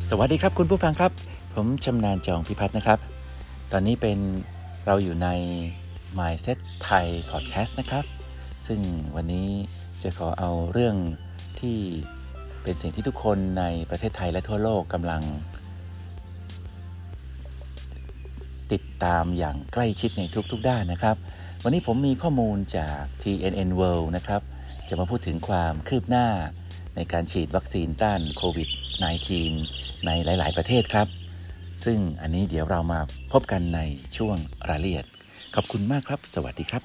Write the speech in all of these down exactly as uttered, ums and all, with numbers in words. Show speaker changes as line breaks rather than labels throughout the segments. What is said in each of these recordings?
สวัสดีครับคุณผู้ฟังครับผมชำนาญจองพิพัฒน์นะครับตอนนี้เป็นเราอยู่ใน Mindset Thai Podcast นะครับซึ่งวันนี้จะขอเอาเรื่องที่เป็นสิ่งที่ทุกคนในประเทศไทยและทั่วโลกกำลังติดตามอย่างใกล้ชิดในทุกๆด้านนะครับวันนี้ผมมีข้อมูลจาก ที เอ็น เอ็น World นะครับจะมาพูดถึงความคืบหน้าในการฉีดวัคซีนต้านโควิด สิบเก้า ในหลายๆประเทศครับซึ่งอันนี้เดี๋ยวเรามาพบกันในช่วงรายละเอียดขอบคุณมากครับสวัสดีครับ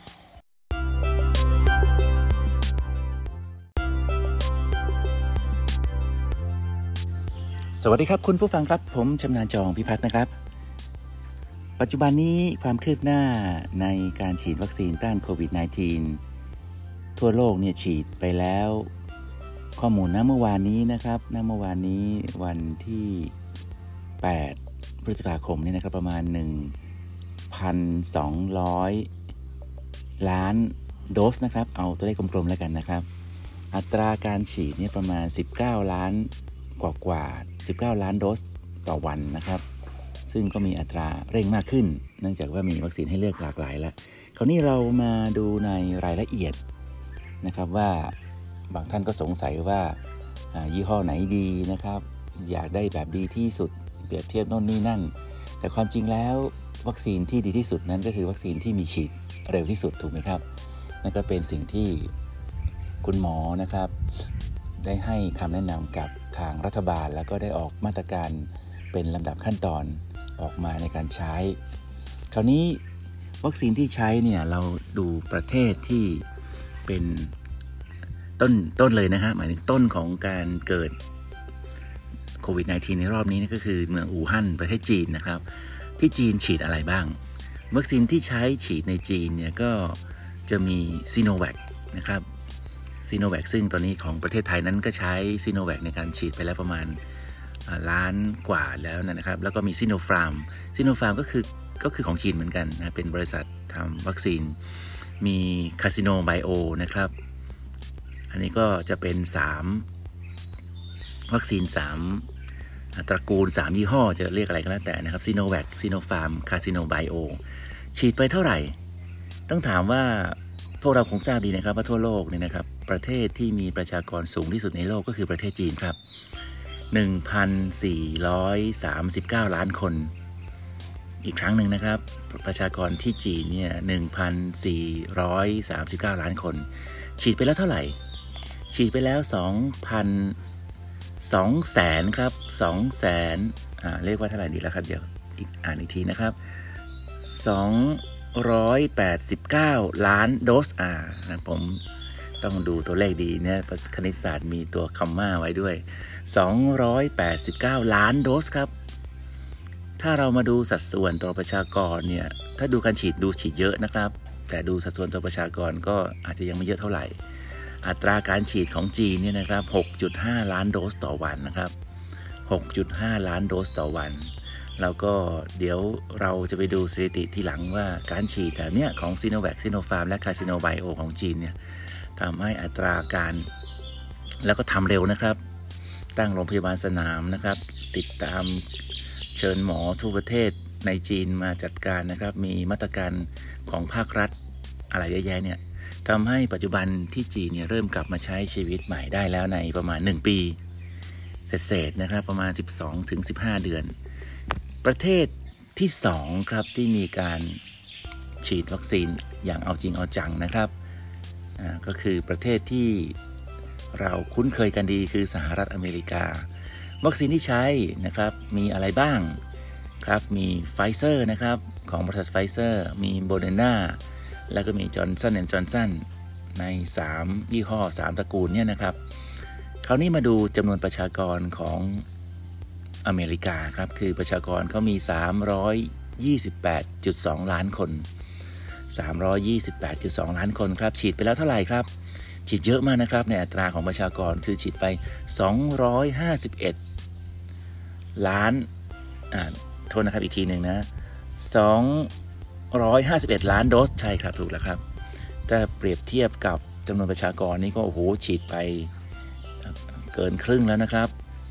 สวัสดีครับคุณผู้ฟังครับผมชำนาญจองพิพัฒน์นะครับปัจจุบันนี้ความคืบหน้าในการฉีดวัคซีนต้านโควิด สิบเก้า ทั่วโลกเนี่ยฉีดไปแล้วข้อมูลณเมื่อวานนี้นะครับณเมื่อวานนี้วันที่แปดพฤษภาคมนี่นะครับประมาณ หนึ่งพันสองร้อย ล้านโดสนะครับเอาตัวเลขกลมๆแล้วกันนะครับอัตราการฉีดเนี่ยประมาณสิบเก้าล้านกว่าๆสิบเก้าล้านโดสต่อวันนะครับซึ่งก็มีอัตราเร่งมากขึ้นเนื่องจากว่ามีวัคซีนให้เลือกหลากหลายแล้วคราวนี้เรามาดูในรายละเอียดนะครับว่าบางท่านก็สงสัยว่ายี่ห้อไหนดีนะครับอยากได้แบบดีที่สุดเปรียบเทียบโน่นนี่นั่นแต่ความจริงแล้ววัคซีนที่ดีที่สุดนั้นก็คือวัคซีนที่มีฉีดเร็วที่สุดถูกไหมครับนั่นก็เป็นสิ่งที่คุณหมอนะครับได้ให้คำแนะนำกับทางรัฐบาลแล้วก็ได้ออกมาตรการเป็นลำดับขั้นตอนออกมาในการใช้คราวนี้วัคซีนที่ใช้เนี่ยเราดูประเทศที่เป็นต้นต้นเลยนะฮะหมายถึงต้นของการเกิดโควิด สิบเก้า ในรอบนี้นี่ก็คือเมืองอู่ฮั่นประเทศจีนนะครับที่จีนฉีดอะไรบ้างวัคซีนที่ใช้ฉีดในจีนเนี่ยก็จะมีซีโนแวคนะครับซีโนแวคซึ่งตอนนี้ของประเทศไทยนั้นก็ใช้ซีโนแวคในการฉีดไปแล้วประมาณล้านกว่าแล้วนะครับแล้วก็มีซิโนฟาร์มซิโนฟาร์มก็คือก็คือของจีนเหมือนกันนะเป็นบริษัททำวัคซีนมีคาสิโนไบโอนะครับอันนี้ก็จะเป็นสามวัคซีนสามตระกูลสามยี่ห้อจะเรียกอะไรก็แล้วแต่นะครับซิโนแวคซิโนฟาร์มคาสิโนไบโอฉีดไปเท่าไหร่ต้องถามว่าพวกเราคงทราบดีนะครับว่าทั่วโลกเนี่ยนะครับประเทศที่มีประชากรสูงที่สุดในโลกก็คือประเทศจีนครับ หนึ่งพันสี่ร้อยสามสิบเก้า ล้านคนอีกครั้งหนึ่งนะครับประชากรที่จีนเนี่ย หนึ่งพันสี่ร้อยสามสิบเก้า ล้านคนฉีดไปแล้วเท่าไหร่ฉีดไปแล้ว สองพัน สองแสนครับสองแสนอ่าเรียกว่าเท่าไหร่ดีแล้วครับเดี๋ยวอีกอ่านอีกทีนะครับสองร้อยแปดสิบเก้าล้านโดสอ่านะผมต้องดูตัวเลขดีเนี่ยคณิตศาสตร์มีตัวคัมม่าไว้ด้วยสองร้อยแปดสิบเก้าล้านโดสครับถ้าเรามาดูสัดส่วนต่อประชากรเนี่ยถ้าดูการฉีดดูฉีดเยอะนะครับแต่ดูสัดส่วนต่อประชากรก็อาจจะยังไม่เยอะเท่าไหร่อัตราการฉีดของจีนเนี่ยนะครับ หกจุดห้า ล้านโดสต่อวันนะครับ หกจุดห้า ล้านโดสต่อวันแล้วก็เดี๋ยวเราจะไปดูสถิติทีหลังว่าการฉีดแบบเนี้ยของซิโนแวคซิโนฟาร์มและคาสิโนไบโอของจีนเนี่ยทำให้อัตราการแล้วก็ทำเร็วนะครับตั้งโรงพยาบาลสนามนะครับติดตามเชิญหมอทั่วประเทศในจีนมาจัดการนะครับมีมาตรการของภาครัฐอะไรเยอะแยะเนี่ยทำให้ปัจจุบันที่จีนเนี่ยเริ่มกลับมาใช้ชีวิตใหม่ได้แล้วในประมาณหนึ่งปีเศษๆนะครับประมาณ สิบสองถึงสิบห้า เดือนประเทศที่สองครับที่มีการฉีดวัคซีนอย่างเอาจริงเอาจังนะครับอ่าก็คือประเทศที่เราคุ้นเคยกันดีคือสหรัฐอเมริกาวัคซีนที่ใช้นะครับมีอะไรบ้างครับมีไฟเซอร์นะครับของบริษัทไฟเซอร์มีโมเดอร์นาแล้วก็มีจอห์นสันแอนด์จอห์นสันในสามยี่ห้อสามตระกูลเนี่ยนะครับคราวนี้มาดูจำนวนประชากรของอเมริกาครับคือประชากรเขามี สามร้อยยี่สิบแปดจุดสอง ล้านคน สามร้อยยี่สิบแปดจุดสอง ล้านคนครับฉีดไปแล้วเท่าไหร่ครับฉีดเยอะมากนะครับในอัตราของประชากรคือฉีดไปสองร้อยห้าสิบเอ็ดล้านอ่าโทษนะครับอีกทีนึงนะสองร้อยห้าสิบเอ็ดล้านโดสใช่ครับถูกแล้วครับถ้าเปรียบเทียบกับจำนวนประชากรนี่ก็โอ้โหฉีดไปเกินครึ่งแล้วนะครับ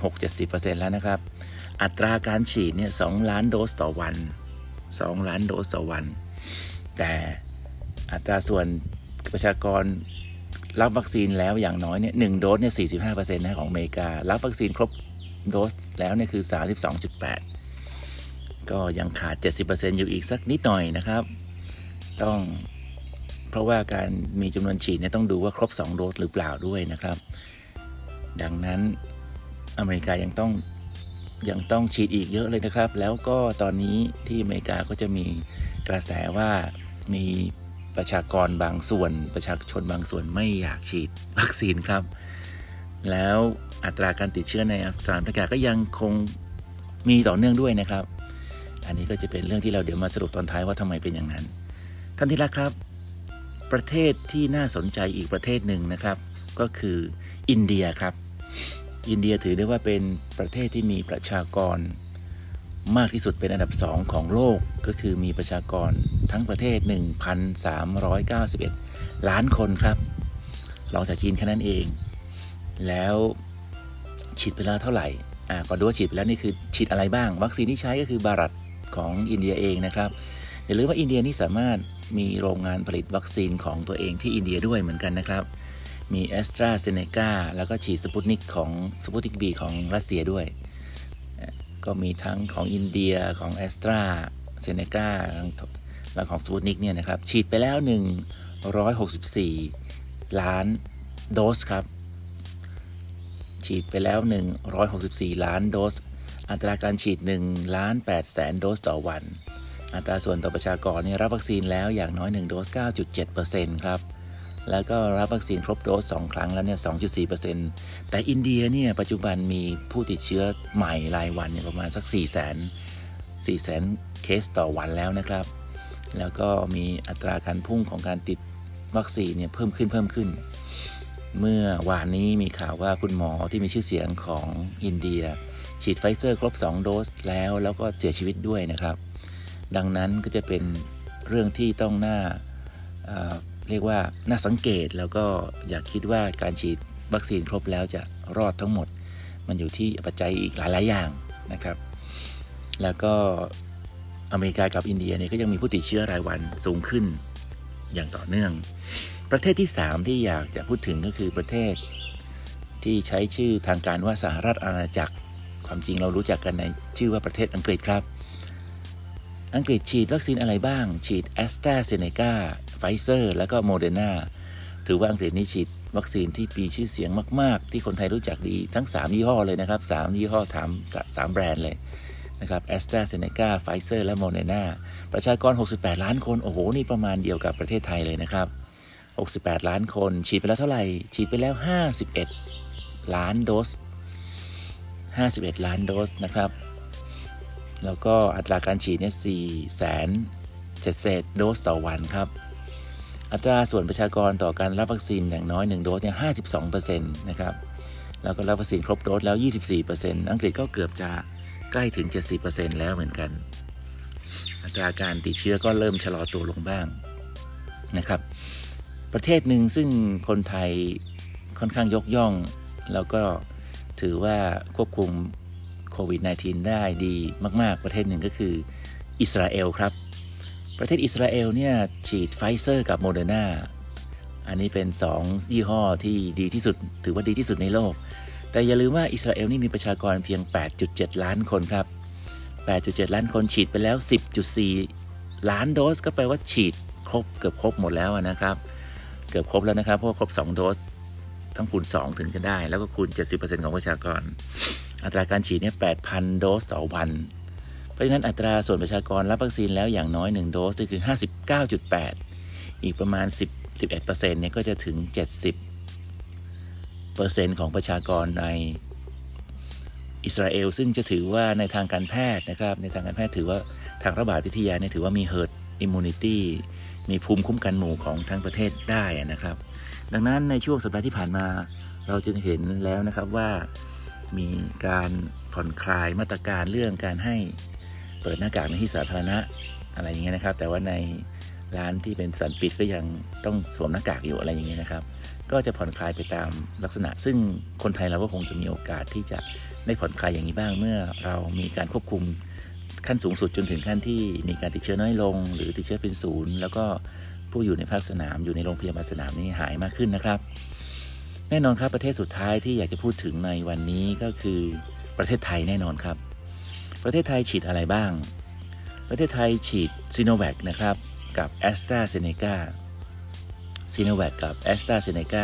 หก เจ็ดสิบเปอร์เซ็นต์ แล้วนะครับอัตราการฉีดเนี่ยสองล้านโดสต่อวันสองล้านโดสต่อวันแต่อัตราส่วนประชากรรับวัคซีนแล้วอย่างน้อยเนี่ยหนึ่งโดสเนี่ย สี่สิบห้าเปอร์เซ็นต์ นะของอเมริการับวัคซีนครบโดสแล้วเนี่ยคือ สามสิบสองจุดแปด ก็ยังขาด เจ็ดสิบเปอร์เซ็นต์ อยู่อีกสักนิดหน่อยนะครับต้องเพราะว่าการมีจำนวนฉีดเนี่ยต้องดูว่าครบสองโดสหรือเปล่าด้วยนะครับดังนั้นอเมริกายังต้องยังต้องฉีดอีกเยอะเลยนะครับแล้วก็ตอนนี้ที่อเมริกาก็จะมีกระแสว่ามีประชากรบางส่วนประชาชนบางส่วนไม่อยากฉีดวัคซีนครับแล้วอัตราการติดเชื้อในสหรัฐอเมริกาก็ยังคงมีต่อเนื่องด้วยนะครับอันนี้ก็จะเป็นเรื่องที่เราเดี๋ยวมาสรุปตอนท้ายว่าทำไมเป็นอย่างนั้นท่านที่รักครับประเทศที่น่าสนใจอีกประเทศหนึ่งนะครับก็คืออินเดียครับอินเดียถือได้ว่าเป็นประเทศที่มีประชากรมากที่สุดเป็นอันดับสองของโลกก็คือมีประชากรทั้งประเทศ หนึ่งพันสามร้อยเก้าสิบเอ็ด ล้านคนครับรองจากจีนแค่นั้นเองแล้วฉีดไปแล้วเท่าไหร่อ่าก่อนดูว่าฉีดไปแล้วนี่คือฉีดอะไรบ้างวัคซีนที่ใช้ก็คือบารัตของอินเดียเองนะครับอย่าลืมว่าอินเดียนี่สามารถมีโรงงานผลิตวัคซีนของตัวเองที่อินเดียด้วยเหมือนกันนะครับมีแอสตราเซเนกาแล้วก็ฉีดสปุตนิกของสปุตนิกบีของรัสเซียด้วยก็มีทั้งของอินเดียของแอสตราเซเนกาและของสปุตนิกเนี่ยนะครับฉีดไปแล้วหนึ่งร้อยหกสิบสี่ล้านโดสครับฉีดไปแล้วหนึ่งร้อยหกสิบสี่ล้านโดสอัตราการฉีดหนึ่งล้านแปดแสนโดสต่อวันอัตราส่วนต่อประชากรเนี่ยรับวัคซีนแล้วอย่างน้อยหนึ่งโดส เก้าจุดเจ็ดเปอร์เซ็นต์ ครับแล้วก็รับวัคซีนครบโดสสองครั้งแล้วเนี่ย สองจุดสี่เปอร์เซ็นต์ แต่อินเดียเนี่ยปัจจุบันมีผู้ติดเชื้อใหม่รายวันเนี่ยประมาณสัก สี่แสน สี่แสน เคสต่อวันแล้วนะครับแล้วก็มีอัตราการพุ่งของการติดวัคซีนเนี่ยเพิ่มขึ้นเพิ่มขึ้นเมื่อวานนี้มีข่าวว่าคุณหมอที่มีชื่อเสียงของอินเดียฉีดไฟเซอร์ครบสองโดสแล้วแล้วก็เสียชีวิตด้วยนะครับดังนั้นก็จะเป็นเรื่องที่ต้องน่าเอ่อเรียกว่าน่าสังเกตแล้วก็อย่าคิดว่าการฉีดวัคซีนครบแล้วจะรอดทั้งหมดมันอยู่ที่ปัจจัยอีกหลายๆอย่างนะครับแล้วก็อเมริกากับอินเดียเนี่ยก็ยังมีผู้ติดเชื้อรายวันสูงขึ้นอย่างต่อเนื่องประเทศที่สามที่อยากจะพูดถึงก็คือประเทศที่ใช้ชื่อทางการว่าสหรัฐอาณาจักรความจริงเรารู้จักกันในชื่อว่าประเทศอังกฤษครับอังกฤษฉีดวัคซีนอะไรบ้างฉีดแอสตราเซเนกาไฟเซอร์แล้วก็โมเดอร์นาถือว่าอังกฤษนี่ฉีดวัคซีนที่มีชื่อเสียงมากๆที่คนไทยรู้จักดีทั้งสามยี่ห้อเลยนะครับสามยี่ห้อถามสามแบรนด์เลยนะครับแอสตราเซเนกาไฟเซอร์และโมเดอร์นาประชากรหกสิบแปดล้านคนโอ้โหนี่ประมาณเดียวกับประเทศไทยเลยนะครับหกสิบแปดล้านคนฉีดไปแล้วเท่าไหร่ฉีดไปแล้วห้าสิบเอ็ดล้านโดสห้าสิบเอ็ดล้านโดสนะครับแล้วก็อัตราการฉีดเนี่ยสี่แสนเศษโดสต่อวันครับอัตราส่วนประชากรต่อการรับวัคซีนอย่างน้อยหนึ่งโดสเนี่ย ห้าสิบสองเปอร์เซ็นต์ นะครับแล้วก็รับวัคซีนครบโดสแล้ว ยี่สิบสี่เปอร์เซ็นต์ อังกฤษก็เกือบจะใกล้ถึง เจ็ดสิบเปอร์เซ็นต์ แล้วเหมือนกันอัตราการติดเชื้อก็เริ่มชะลอตัวลงบ้างนะครับประเทศหนึ่งซึ่งคนไทยค่อนข้างยกย่องแล้วก็ถือว่าควบคุมโควิด สิบเก้า ได้ดีมากๆประเทศหนึ่งก็คืออิสราเอลครับประเทศอิสราเอลเนี่ยฉีดไฟเซอร์กับโมเดอร์นาอันนี้เป็นสองยี่ห้อที่ดีที่สุดถือว่าดีที่สุดในโลกแต่อย่าลืมว่าอิสราเอลนี่มีประชากรเพียง แปดจุดเจ็ด ล้านคนครับ แปดจุดเจ็ด ล้านคนฉีดไปแล้ว สิบจุดสี่ ล้านโดสก็แปลว่าฉีดครบเกือบครบหมดแล้วนะครับเกือบครบแล้วนะครับเพราะครบสองโดสทั้งคูณสองถึงจะได้แล้วก็คูณ เจ็ดสิบเปอร์เซ็นต์ ของประชากรอัตราการฉีดเนี่ย แปดพัน โดสต่อวันเพราะฉะนั้นอัตราส่วนประชากรรับวัคซีนแล้วอย่างน้อยหนึ่งโดสก็คือ ห้าสิบเก้าจุดแปด อีกประมาณ10 สิบเอ็ดเปอร์เซ็นต์ เนี่ยก็จะถึง เจ็ดสิบเปอร์เซ็นต์ ของประชากรในอิสราเอลซึ่งจะถือว่าในทางการแพทย์นะครับในทางการแพทย์ถือว่าทางระบาดวิทยาเนี่ยถือว่ามี herd immunity มีภูมิคุ้มกันหมู่ของทั้งประเทศได้นะครับดังนั้นในช่วงสัปดาห์ที่ผ่านมาเราจึงเห็นแล้วนะครับว่ามีการผ่อนคลายมาตรการเรื่องการให้เปิดหน้ากากในที่สาธารณะอะไรอย่างเงี้ยนะครับแต่ว่าในร้านที่เป็นสถานปิดก็ยังต้องสวมหน้ากากอยู่อะไรอย่างเงี้ยนะครับก็จะผ่อนคลายไปตามลักษณะซึ่งคนไทยเราก็คงจะมีโอกาสที่จะได้ผ่อนคลายอย่างนี้บ้างเมื่อเรามีการควบคุมขั้นสูงสุดจนถึงขั้นที่มีการติดเชื้อน้อยลงหรือติดเชื้อเป็นศูนย์แล้วก็ผู้อยู่ในภาคสนามอยู่ในโรงพยาบาลสนามนี้หายมากขึ้นนะครับแน่นอนครับประเทศสุดท้ายที่อยากจะพูดถึงในวันนี้ก็คือประเทศไทยแน่นอนครับประเทศไทยฉีดอะไรบ้างประเทศไทยฉีดซิโนแวคนะครับกับแอสตราเซเนกาซิโนแวคกับแอสตราเซเนกา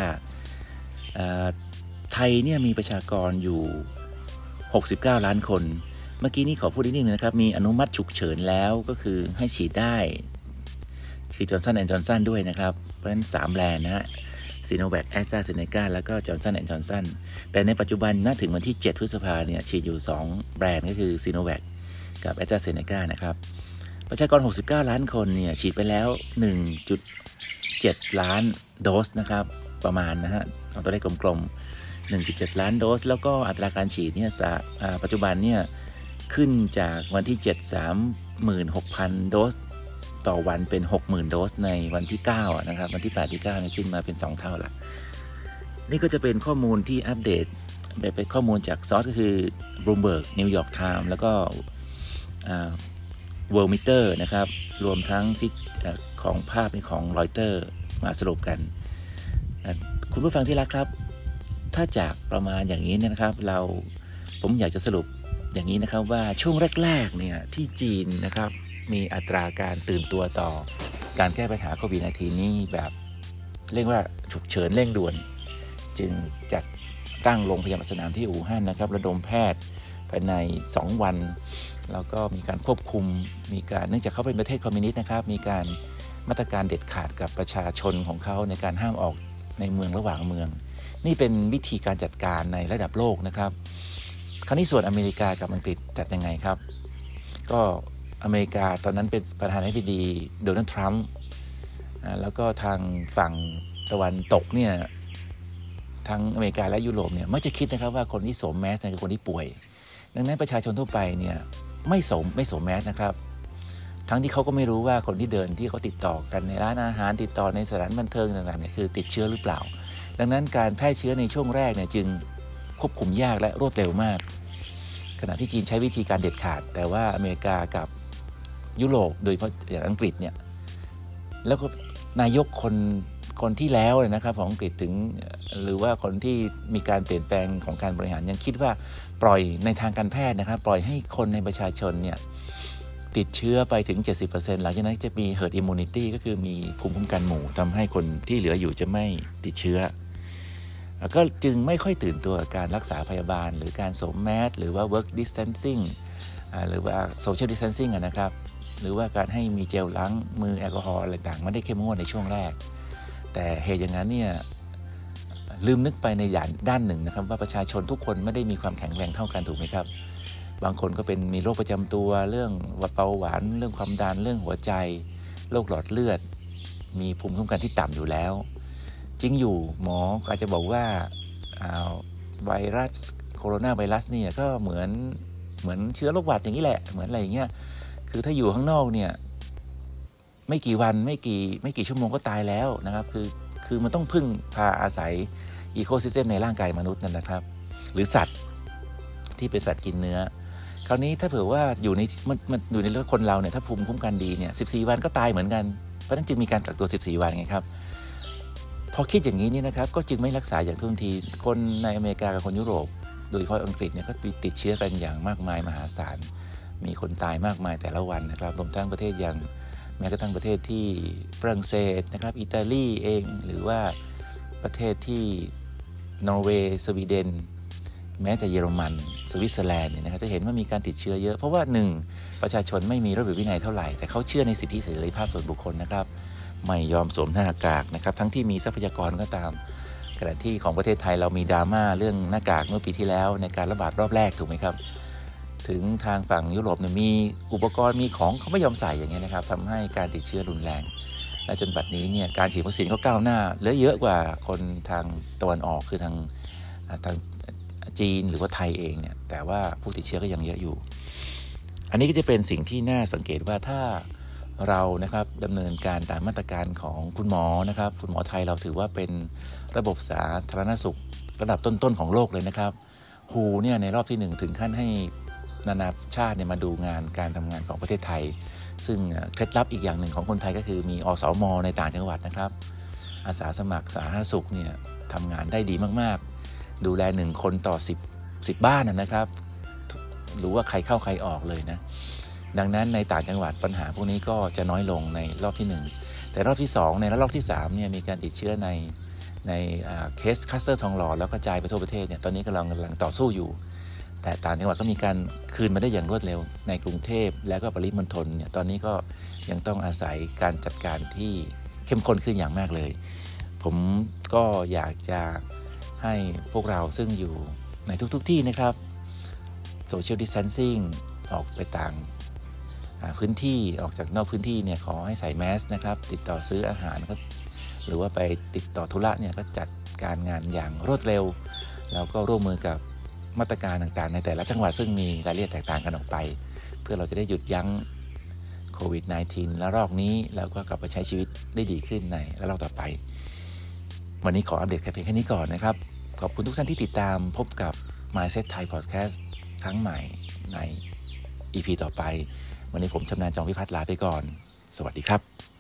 ไทยเนี่ยมีประชากรอยู่หกสิบเก้าล้านคนเมื่อกี้นี้ขอพูดนิดนึงนะครับมีอนุมัติฉุกเฉินแล้วก็คือให้ฉีดได้คือจอห์นสันแอนด์จอห์นสันด้วยนะครับเพราะฉะนั้นสามแบรนด์นะฮะซีโนแวคแอสตราเซเนกาแล้วก็จอห์นสันแอนด์จอห์นสันแต่ในปัจจุบันณถึงวันที่เจ็ดพฤษภาคมเนี่ยฉีดอยู่สองแบรนด์ก็คือซีโนแวคกับแอสตราเซเนกานะครับประชากรหกสิบเก้าล้านคนเนี่ยฉีดไปแล้ว หนึ่งจุดเจ็ด ล้านโดสนะครับประมาณนะฮะเอาตัวเลขกลมๆ หนึ่งจุดเจ็ด ล้านโดสแล้วก็อัตราการฉีดเนี่ยปัจจุบันเนี่ยขึ้นจากวันที่เจ็ด สามหมื่นหกพัน โดสต่อวันเป็น หกหมื่น โดสในวันที่เก้านะครับวันที่แปดที่เก้าเนี่ยขึ้นมาเป็นสองเท่าละนี่ก็จะเป็นข้อมูลที่อัปเดตเป็นข้อมูลจากซอสก็คือ Bloomberg New York Times แล้วก็World Meter นะครับรวมทั้งที่ของภาพของ Reuters มาสรุปกันคุณผู้ฟังที่รักครับถ้าจากประมาณอย่างนี้นะครับเราผมอยากจะสรุปอย่างนี้นะครับว่าช่วงแรกๆเนี่ยที่จีนนะครับมีอัตราการตื่นตัวต่อการแก้ปัญหาโควิด สิบเก้า นี่แบบเรียกว่าฉุกเฉินเร่งด่วนจึงจัดตั้งโรงพยาบาลสนามที่อู่ฮั่นนะครับระดมแพทย์ภายในสองวันแล้วก็มีการควบคุมมีการเนื่องจากเขาเป็นประเทศคอมมิวนิสต์นะครับมีการมาตรการเด็ดขาดกับประชาชนของเขาในการห้ามออกในเมืองระหว่างเมืองนี่เป็นวิธีการจัดการในระดับโลกนะครับคราวนี้ส่วนอเมริกากับอังกฤษจัดยังไงครับก็อเมริกาตอนนั้นเป็นประธานาธิบดีโดนัลด์ทรัมป์แล้วก็ทางฝั่งตะวันตกเนี่ยทั้งอเมริกาและยุโรปเนี่ยมักจะคิดนะครับว่าคนที่สวมแมสคือคนที่ป่วยดังนั้นประชาชนทั่วไปเนี่ยไม่สวมไม่สวมแมสนะครับทั้งที่เขาก็ไม่รู้ว่าคนที่เดินที่เขาติดต่อกันในร้านอาหารติดต่อในสถานบันเทิงต่างๆเนี่ยคือติดเชื้อหรือเปล่าดังนั้นการแพร่เชื้อในช่วงแรกเนี่ยจึงควบคุมยากและรวดเร็วมากขณะที่จีนใช้วิธีการเด็ดขาดแต่ว่าอเมริกากับยุโรปโดยเฉพาะอย่างอังกฤษเนี่ยแล้วก็นายกคนคนที่แล้วเลยนะครับของอังกฤษถึงหรือว่าคนที่มีการเปลี่ยนแปลงของการบริหารยังคิดว่าปล่อยในทางการแพทย์นะครับปล่อยให้คนในประชาชนเนี่ยติดเชื้อไปถึง เจ็ดสิบเปอร์เซ็นต์ หลังจากนั้นจะมี herd immunity ก็คือมีภูมิคุ้มกันหมู่ทำให้คนที่เหลืออยู่จะไม่ติดเชื้อก็จึงไม่ค่อยตื่นตัวกับการรักษาพยาบาลหรือการสวมแมสหรือว่า work distancing หรือว่า social distancing นะครับหรือว่าการให้มีเจลล้างมือแอลกอฮอล์อะไรต่างไม่ได้เข้มงวดในช่วงแรกแต่เหตุอย่างนั้นเนี่ยลืมนึกไปในอย่างด้านหนึ่งนะครับว่าประชาชนทุกคนไม่ได้มีความแข็งแรงเท่ากันถูกไหมครับบางคนก็เป็นมีโรคประจำตัวเรื่องเบาหวานเรื่องความดันเรื่องหัวใจโรคหลอดเลือดมีภูมิคุ้มกันที่ต่ำอยู่แล้วจริงอยู่หมออาจจะบอกว่าไวรัสโคโรนาไวรัสเนี่ยก็เหมือนเหมือนเชื้อโรคหวัดอย่างนี้แหละเหมือนอะไรอย่างเงี้ยคือถ้าอยู่ข้างนอกเนี่ยไม่กี่วันไม่กี่ไม่กี่ชั่วโมงก็ตายแล้วนะครับคือคือมันต้องพึ่งพาอาศัยอีโคซิสเต็มในร่างกายมนุษย์นั่นนะครับหรือสัตว์ที่เป็นสัตว์กินเนื้อคราวนี้ถ้าเผื่อว่าอยู่ในมันมันอยู่ในคนเราเนี่ยถ้าภูมิคุ้มกันดีเนี่ยสิบสี่วันก็ตายเหมือนกันเพราะฉะนั้นจึงมีการกักตัวสิบสี่วันไงครับพอคิดอย่างนี้นี่นะครับก็จึงไม่รักษาอย่างท่วงทีคนในอเมริกากับคนยุโรปโดยเฉพาะอังกฤษเนี่ยก็ติดเชื้อกันอย่างมากมายมหาศาลมีคนตายมากมายแต่ละวันนะครับรวมทั้งประเทศอย่างแม้กระทั่งประเทศที่ฝรั่งเศสนะครับอิตาลีเองหรือว่าประเทศที่นอร์เวย์สวีเดนแม้แต่เยอรมันสวิตเซอร์แลนด์เนี่ยนะครับจะเห็นว่ามีการติดเชื้อเยอะเพราะว่าหนึ่งประชาชนไม่มีระเบียบวินัยเท่าไหร่แต่เขาเชื่อในสิทธิเสรีภาพส่วนบุคคลนะครับไม่ยอมสวมหน้ากากนะครับทั้งที่มีทรัพยากรก็ตามขณะที่ของประเทศไทยเรามีดราม่าเรื่องหน้ากากเมื่อปีที่แล้วในการระบาดรอบแรกถูกไหมครับถึงทางฝั่งยุโรปเนี่ยมีอุปกรณ์มีของเขาไม่ยอมใส่อย่างเงี้ยนะครับทำให้การติดเชื้อรุนแรงและจนบัดนี้เนี่ยการฉีดวัคซีนก็ก้าวหน้าเหลือเยอะกว่าคนทางตะวันออกคือทางทางจีนหรือว่าไทยเองเนี่ยแต่ว่าผู้ติดเชื้อก็ยังเยอะอยู่อันนี้ก็จะเป็นสิ่งที่น่าสังเกตว่าถ้าเรานะครับดำเนินการตามมาตรการของคุณหมอนะครับคุณหมอไทยเราถือว่าเป็นระบบสาธารณสุขระดับต้นๆของโลกเลยนะครับฮูเนี่ยในรอบที่หนึ่งถึงขั้นให้นานาชาติเนี่ยมาดูงานการทำงานของประเทศไทยซึ่งเคล็ดลับอีกอย่างหนึ่งของคนไทยก็คือมีอสม.ในต่างจังหวัดนะครับอาสาสมัครสาธารณสุขเนี่ยทำงานได้ดีมากๆดูแลหนึ่งคนต่อสิบ สิบบ้านนะครับรู้ว่าใครเข้าใครออกเลยนะดังนั้นในต่างจังหวัดปัญหาพวกนี้ก็จะน้อยลงในรอบที่หนึ่งแต่รอบที่สองในรอบที่สามเนี่ยมีการติดเชื้อในในเคสคลัสเตอร์ทองหล่อแล้วกระจายไปทั่วประเทศเนี่ยตอนนี้กำลังกำลังต่อสู้อยู่แต่ต่างจังหวัดก็มีการคืนมาได้อย่างรวดเร็วในกรุงเทพแล้วก็ปริมณฑลเนี่ยตอนนี้ก็ยังต้องอาศัยการจัดการที่เข้มข้นขึ้นอย่างมากเลยผมก็อยากจะให้พวกเราซึ่งอยู่ในทุกๆ ท, ที่นะครับโซเชียลดิสแทนซิ่งออกไปต่างพื้นที่ออกจากนอกพื้นที่เนี่ยขอให้ใส่แมสนะครับติดต่อซื้ออาหารก็หรือว่าไปติดต่อธุระเนี่ยก็จัดการงานอย่างรวดเร็วแล้วก็ร่วมมือกับมาตรการต่างๆในแต่ละจังหวัดซึ่งมีรายละเอียดแตกต่างกันออกไปเพื่อเราจะได้หยุดยั้งโควิด สิบเก้า และรอบนี้แล้วก็กลับไปใช้ชีวิตได้ดีขึ้นในระลอกต่อไปวันนี้ขออัปเดตแค่เพียงแค่นี้ก่อนนะครับขอบคุณทุกท่านที่ติดตามพบกับ Mindset Thai Podcast ครั้งใหม่ใน อี พี ต่อไปวันนี้ผมชำนาญจองพิพัฒน์ลาไปก่อนสวัสดีครับ